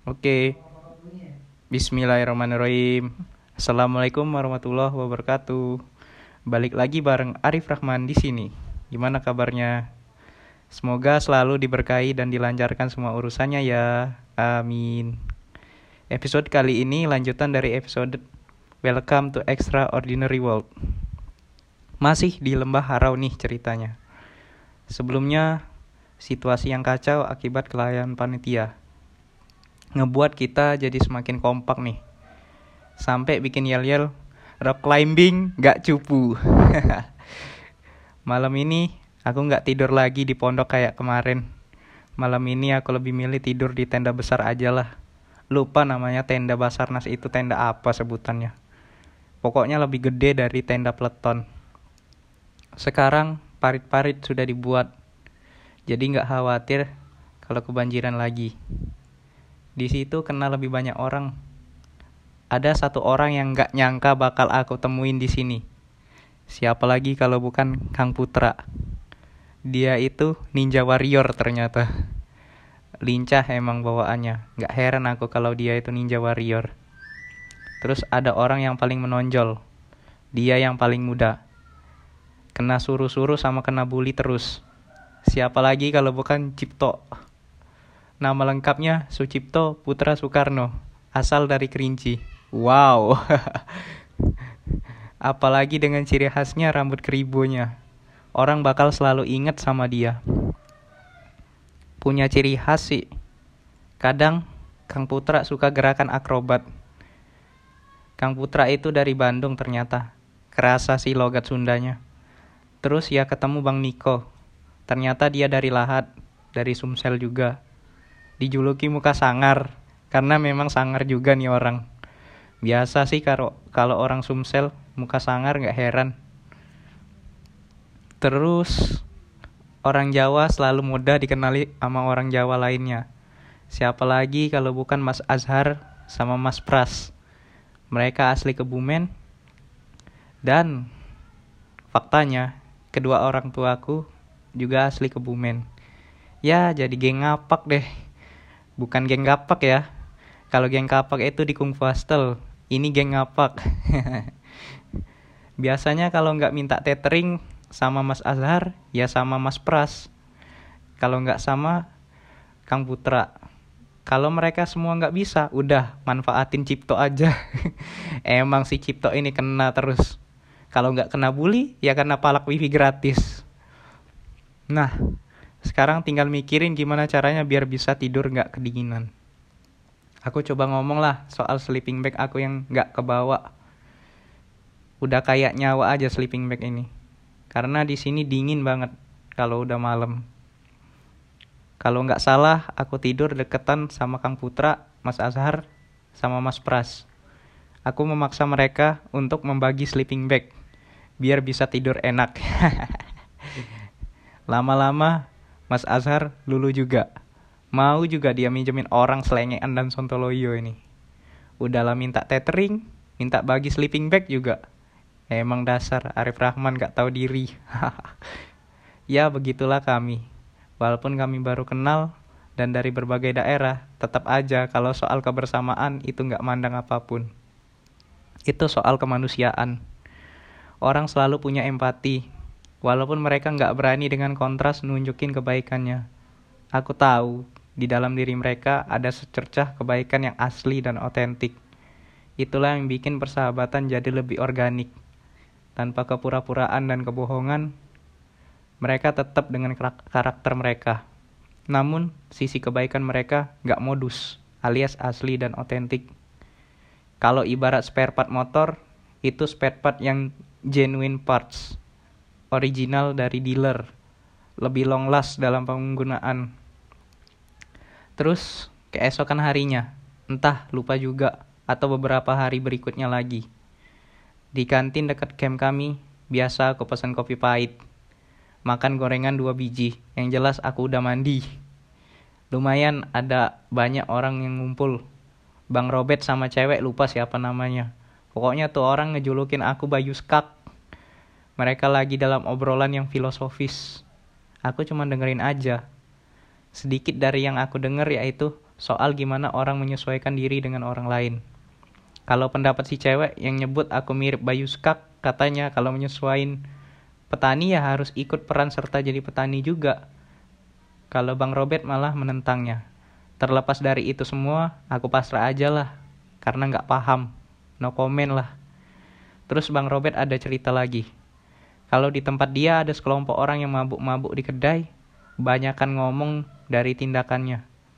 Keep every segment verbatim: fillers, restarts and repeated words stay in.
Oke, Bismillahirrahmanirrahim. Assalamualaikum warahmatullahi wabarakatuh. Balik lagi bareng Arif Rahman di sini. Gimana kabarnya? Semoga selalu diberkahi dan dilancarkan semua urusannya ya. Amin. Episode kali ini lanjutan dari episode Welcome to Extraordinary World. Masih di Lembah Harau nih ceritanya. Sebelumnya, situasi yang kacau akibat kelalaian panitia ngebuat kita jadi semakin kompak nih. Sampai bikin yel-yel rock climbing gak cupu. Malam ini aku gak tidur lagi di pondok kayak kemarin. Malam ini aku lebih milih tidur di tenda besar aja lah. Lupa namanya tenda Basarnas itu tenda apa sebutannya. Pokoknya lebih gede dari tenda peleton. Sekarang parit-parit sudah dibuat. Jadi gak khawatir kalau kebanjiran lagi. Di situ kenal lebih banyak orang. Ada satu orang yang gak nyangka bakal aku temuin di sini. Siapa lagi kalau bukan Kang Putra. Dia itu ninja warrior ternyata. Lincah emang bawaannya. Gak heran aku kalau dia itu ninja warrior. Terus ada orang yang paling menonjol. Dia yang paling muda. Kena suruh-suruh sama kena bully terus. Siapa lagi kalau bukan Cipto. Nama lengkapnya Sucipto Putra Soekarno, asal dari Kerinci. Wow. Apalagi dengan ciri khasnya rambut keribunya. Orang bakal selalu ingat sama dia. Punya ciri khas sih. Kadang Kang Putra suka gerakan akrobat. Kang Putra itu dari Bandung ternyata. Kerasa sih logat Sundanya. Terus ya ketemu Bang Niko. Ternyata dia dari Lahat, dari Sumsel juga. Dijuluki muka sangar, karena memang sangar juga nih orang. Biasa sih kalau kalau orang Sumsel muka sangar nggak heran. Terus orang Jawa selalu mudah dikenali sama orang Jawa lainnya. Siapa lagi kalau bukan Mas Azhar sama Mas Pras. Mereka asli Kebumen. Dan faktanya kedua orang tuaku juga asli Kebumen. Ya jadi geng ngapak deh. Bukan geng kapak ya. Kalau geng kapak itu di Kung Fu Hostel. Ini geng ngapak. Biasanya kalau nggak minta tethering sama Mas Azhar, ya sama Mas Pras. Kalau nggak sama Kang Putra. Kalau mereka semua nggak bisa, udah manfaatin Cipto aja. Emang si Cipto ini kena terus. Kalau nggak kena bully, ya kena palak wifi gratis. Nah, sekarang tinggal mikirin gimana caranya biar bisa tidur gak kedinginan. Aku coba ngomong lah soal sleeping bag aku yang gak kebawa. Udah kayak nyawa aja sleeping bag ini. Karena di sini dingin banget kalau udah malam. Kalau gak salah aku tidur deketan sama Kang Putra, Mas Azhar, sama Mas Pras. Aku memaksa mereka untuk membagi sleeping bag. Biar bisa tidur enak. Lama-lama Mas Azhar lulu juga. Mau juga dia minjemin orang selengean dan sontoloyo ini. Udahlah minta tethering, minta bagi sleeping bag juga. Emang dasar Arif Rahman gak tahu diri. Ya begitulah kami. Walaupun kami baru kenal dan dari berbagai daerah, tetap aja kalau soal kebersamaan itu gak mandang apapun. Itu soal kemanusiaan. Orang selalu punya empati. Walaupun mereka nggak berani dengan kontras nunjukin kebaikannya. Aku tahu, di dalam diri mereka ada secercah kebaikan yang asli dan otentik. Itulah yang bikin persahabatan jadi lebih organik. Tanpa kepura-puraan dan kebohongan, mereka tetap dengan karakter mereka. Namun, sisi kebaikan mereka nggak modus, alias asli dan otentik. Kalau ibarat spare part motor, itu spare part yang genuine parts. Original dari dealer, lebih long last dalam penggunaan. Terus keesokan harinya, entah lupa juga atau beberapa hari berikutnya lagi, di kantin dekat camp kami, biasa aku pesan kopi pahit, makan gorengan dua biji, yang jelas aku udah mandi. Lumayan ada banyak orang yang ngumpul. Bang Robert sama cewek lupa siapa namanya. Pokoknya tuh orang ngejulukin aku Bayu Skak. Mereka lagi dalam obrolan yang filosofis. Aku cuma dengerin aja. Sedikit dari yang aku denger yaitu soal gimana orang menyesuaikan diri dengan orang lain. Kalau pendapat si cewek yang nyebut aku mirip Bayu Skak, katanya kalau menyesuaikan petani ya harus ikut peran serta jadi petani juga. Kalau Bang Robert malah menentangnya. Terlepas dari itu semua, aku pasrah aja lah. Karena nggak paham. No comment lah. Terus Bang Robert ada cerita lagi. Kalau di tempat dia ada sekelompok orang yang mabuk-mabuk di kedai, banyakan ngomong dari tindakannya.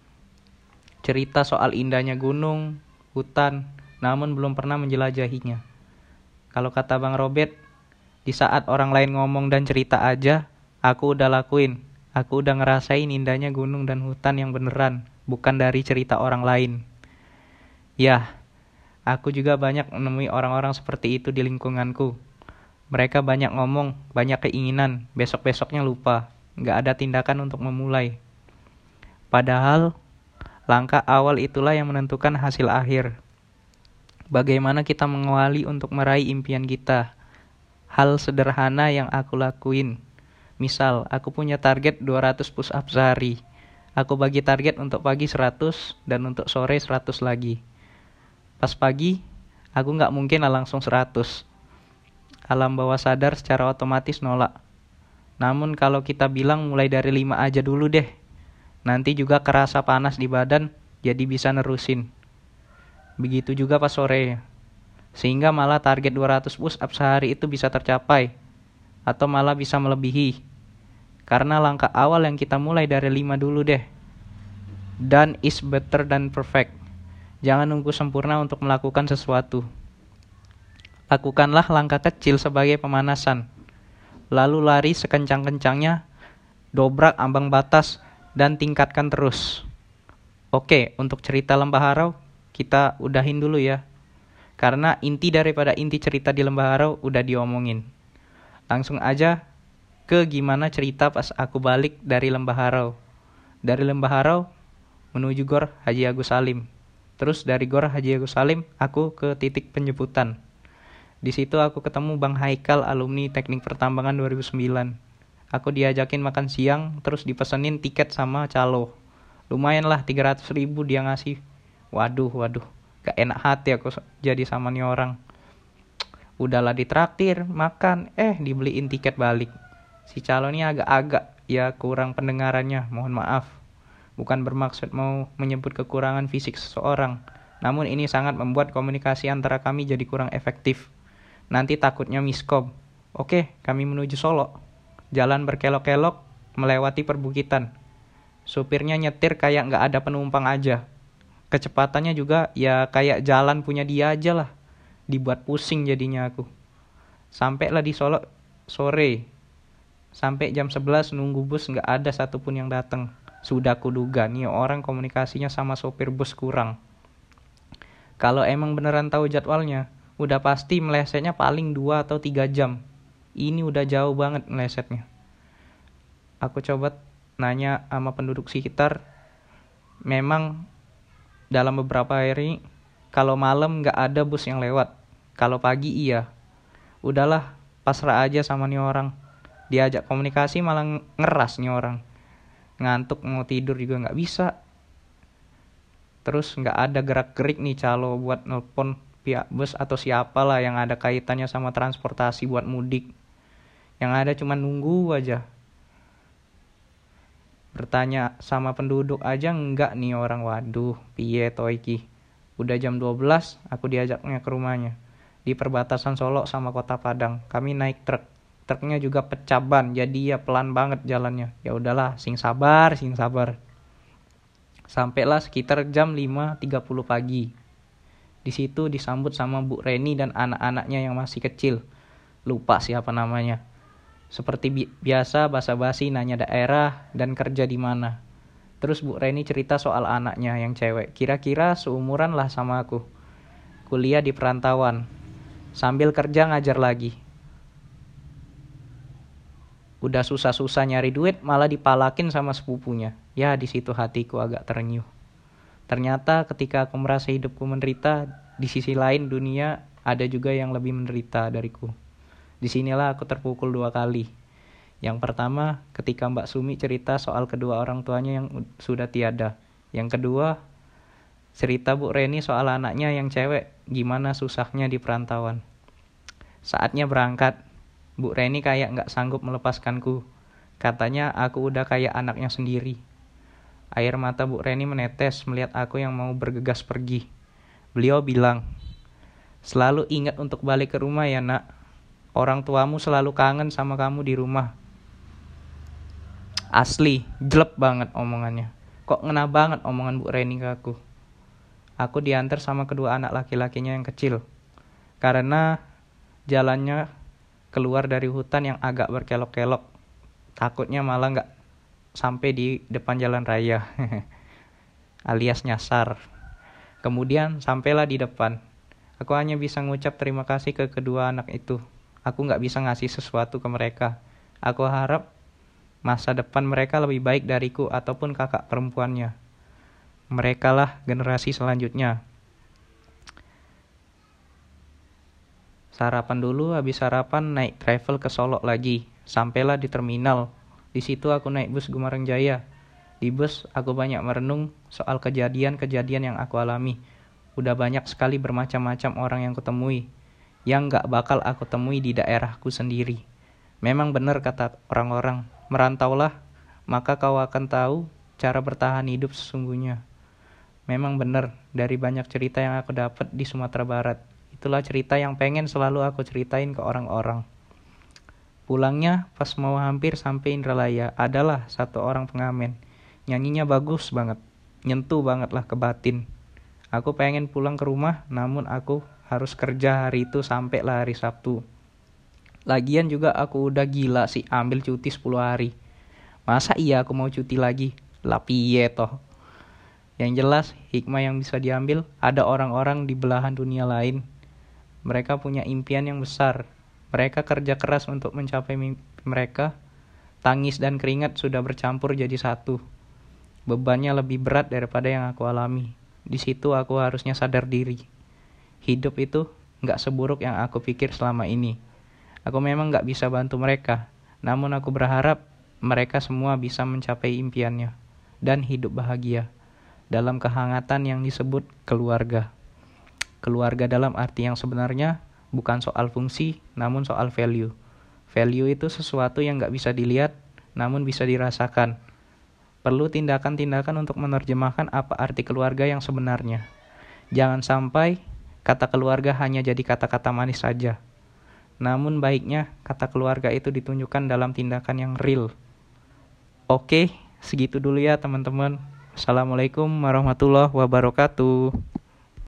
Cerita soal indahnya gunung, hutan, namun belum pernah menjelajahinya. Kalau kata Bang Robert, di saat orang lain ngomong dan cerita aja, aku udah lakuin. Aku udah ngerasain indahnya gunung dan hutan yang beneran, bukan dari cerita orang lain. Ya, aku juga banyak menemui orang-orang seperti itu di lingkunganku. Mereka banyak ngomong, banyak keinginan, besok-besoknya lupa. Nggak ada tindakan untuk memulai. Padahal, langkah awal itulah yang menentukan hasil akhir. Bagaimana kita mengawali untuk meraih impian kita. Hal sederhana yang aku lakuin. Misal, aku punya target dua ratus push up sehari. Aku bagi target untuk pagi seratus dan untuk sore seratus lagi. Pas pagi, aku nggak mungkin lah langsung seratus. Alam bawah sadar secara otomatis nolak. Namun kalau kita bilang mulai dari lima aja dulu deh. Nanti juga kerasa panas di badan, jadi bisa nerusin. Begitu juga pas sore. Sehingga malah target dua ratus push up sehari itu bisa tercapai. Atau malah bisa melebihi. Karena langkah awal yang kita mulai dari lima dulu deh. Done is better than perfect. Jangan nunggu sempurna untuk melakukan sesuatu. Lakukanlah langkah kecil sebagai pemanasan. Lalu lari sekencang-kencangnya, dobrak ambang batas, dan tingkatkan terus. Oke, untuk cerita Lembah Harau, kita udahin dulu ya. Karena inti daripada inti cerita di Lembah Harau udah diomongin. Langsung aja ke gimana cerita pas aku balik dari Lembah Harau. Dari Lembah Harau menuju Gor Haji Agus Salim. Terus dari Gor Haji Agus Salim, aku ke titik penjemputan. Di situ aku ketemu Bang Haikal, alumni Teknik Pertambangan dua ribu sembilan. Aku diajakin makan siang, terus dipesenin tiket sama calo. Lumayan lah, tiga ratus ribu dia ngasih. Waduh, waduh, gak enak hati aku jadi sama nih orang. Udahlah ditraktir, makan, eh dibeliin tiket balik. Si calo ini agak-agak, ya kurang pendengarannya, mohon maaf. Bukan bermaksud mau menyebut kekurangan fisik seseorang. Namun ini sangat membuat komunikasi antara kami jadi kurang efektif. Nanti takutnya miskom. Oke, kami menuju Solo. Jalan berkelok-kelok, melewati perbukitan. Supirnya nyetir kayak gak ada penumpang aja. Kecepatannya juga ya kayak jalan punya dia aja lah. Dibuat pusing jadinya aku. Sampailah di Solo sore. Sampai jam sebelas nunggu bus gak ada satupun yang datang. Sudah kuduga nih orang komunikasinya sama sopir bus kurang. Kalau emang beneran tahu jadwalnya, udah pasti melesetnya paling dua atau tiga jam. Ini udah jauh banget melesetnya. Aku coba nanya sama penduduk sekitar. Memang dalam beberapa hari, kalau malam gak ada bus yang lewat. Kalau pagi iya. Udahlah, pasrah aja sama nih orang. Diajak komunikasi malah ngeras nih orang. Ngantuk mau tidur juga gak bisa. Terus gak ada gerak-gerik nih calo buat nelpon pihak bus atau siapalah yang ada kaitannya sama transportasi buat mudik. Yang ada cuma nunggu aja. Bertanya sama penduduk aja enggak nih orang. Waduh, piye to iki. Udah jam dua belas aku diajaknya ke rumahnya. Di perbatasan Solo sama Kota Padang. Kami naik truk. Truknya juga pecah ban, jadi ya pelan banget jalannya. Ya udahlah, sing sabar, sing sabar. Sampailah sekitar jam lima tiga puluh pagi. Di situ disambut sama Bu Reni dan anak-anaknya yang masih kecil. Lupa siapa namanya. Seperti bi- biasa basa-basi nanya daerah dan kerja di mana. Terus Bu Reni cerita soal anaknya yang cewek. Kira-kira seumuran lah sama aku. Kuliah di perantauan. Sambil kerja ngajar lagi. Udah susah-susah nyari duit malah dipalakin sama sepupunya. Ya di situ hatiku agak terenyuh. Ternyata ketika aku merasa hidupku menderita, di sisi lain dunia ada juga yang lebih menderita dariku. Disinilah aku terpukul dua kali. Yang pertama ketika Mbak Sumi cerita soal kedua orang tuanya yang sudah tiada. Yang kedua, cerita Bu Reni soal anaknya yang cewek, gimana susahnya di perantauan. Saatnya berangkat, Bu Reni kayak gak sanggup melepaskanku. Katanya aku udah kayak anaknya sendiri. Air mata Bu Reni menetes melihat aku yang mau bergegas pergi. Beliau bilang, selalu ingat untuk balik ke rumah ya nak. Orang tuamu selalu kangen sama kamu di rumah. Asli, jelek banget omongannya. Kok ngena banget omongan Bu Reni ke aku. Aku diantar sama kedua anak laki-lakinya yang kecil. Karena jalannya keluar dari hutan yang agak berkelok-kelok. Takutnya malah gak sampai di depan jalan raya. Alias nyasar. Kemudian sampailah di depan. Aku hanya bisa ngucap terima kasih ke kedua anak itu. Aku gak bisa ngasih sesuatu ke mereka. Aku harap masa depan mereka lebih baik dariku ataupun kakak perempuannya. Mereka lah generasi selanjutnya. Sarapan dulu, habis sarapan naik travel ke Solo lagi. Sampailah di terminal. Di situ aku naik bus Gumarang Jaya. Di bus aku banyak merenung soal kejadian-kejadian yang aku alami. Udah banyak sekali bermacam-macam orang yang kutemui, yang gak bakal aku temui di daerahku sendiri. Memang benar kata orang-orang, merantaulah, maka kau akan tahu cara bertahan hidup sesungguhnya. Memang benar, dari banyak cerita yang aku dapat di Sumatera Barat, itulah cerita yang pengen selalu aku ceritain ke orang-orang. Pulangnya pas mau hampir sampai Indralaya, adalah satu orang pengamen. Nyanyinya bagus banget, nyentuh banget lah ke batin. Aku pengen pulang ke rumah, namun aku harus kerja hari itu sampai lah hari Sabtu. Lagian juga aku udah gila sih ambil cuti sepuluh hari. Masa iya aku mau cuti lagi? Lah piye toh. Yang jelas, hikmah yang bisa diambil, ada orang-orang di belahan dunia lain. Mereka punya impian yang besar. Mereka kerja keras untuk mencapai mimpi mereka. Tangis dan keringat sudah bercampur jadi satu. Bebannya lebih berat daripada yang aku alami. Di situ aku harusnya sadar diri. Hidup itu gak seburuk yang aku pikir selama ini. Aku memang gak bisa bantu mereka. Namun aku berharap mereka semua bisa mencapai impiannya dan hidup bahagia dalam kehangatan yang disebut keluarga. Keluarga dalam arti yang sebenarnya bukan soal fungsi, namun soal value. Value itu sesuatu yang gak bisa dilihat, namun bisa dirasakan. Perlu tindakan-tindakan untuk menerjemahkan apa arti keluarga yang sebenarnya. Jangan sampai kata keluarga hanya jadi kata-kata manis saja. Namun baiknya kata keluarga itu ditunjukkan dalam tindakan yang real. Oke, segitu dulu ya teman-teman. Assalamualaikum warahmatullahi wabarakatuh.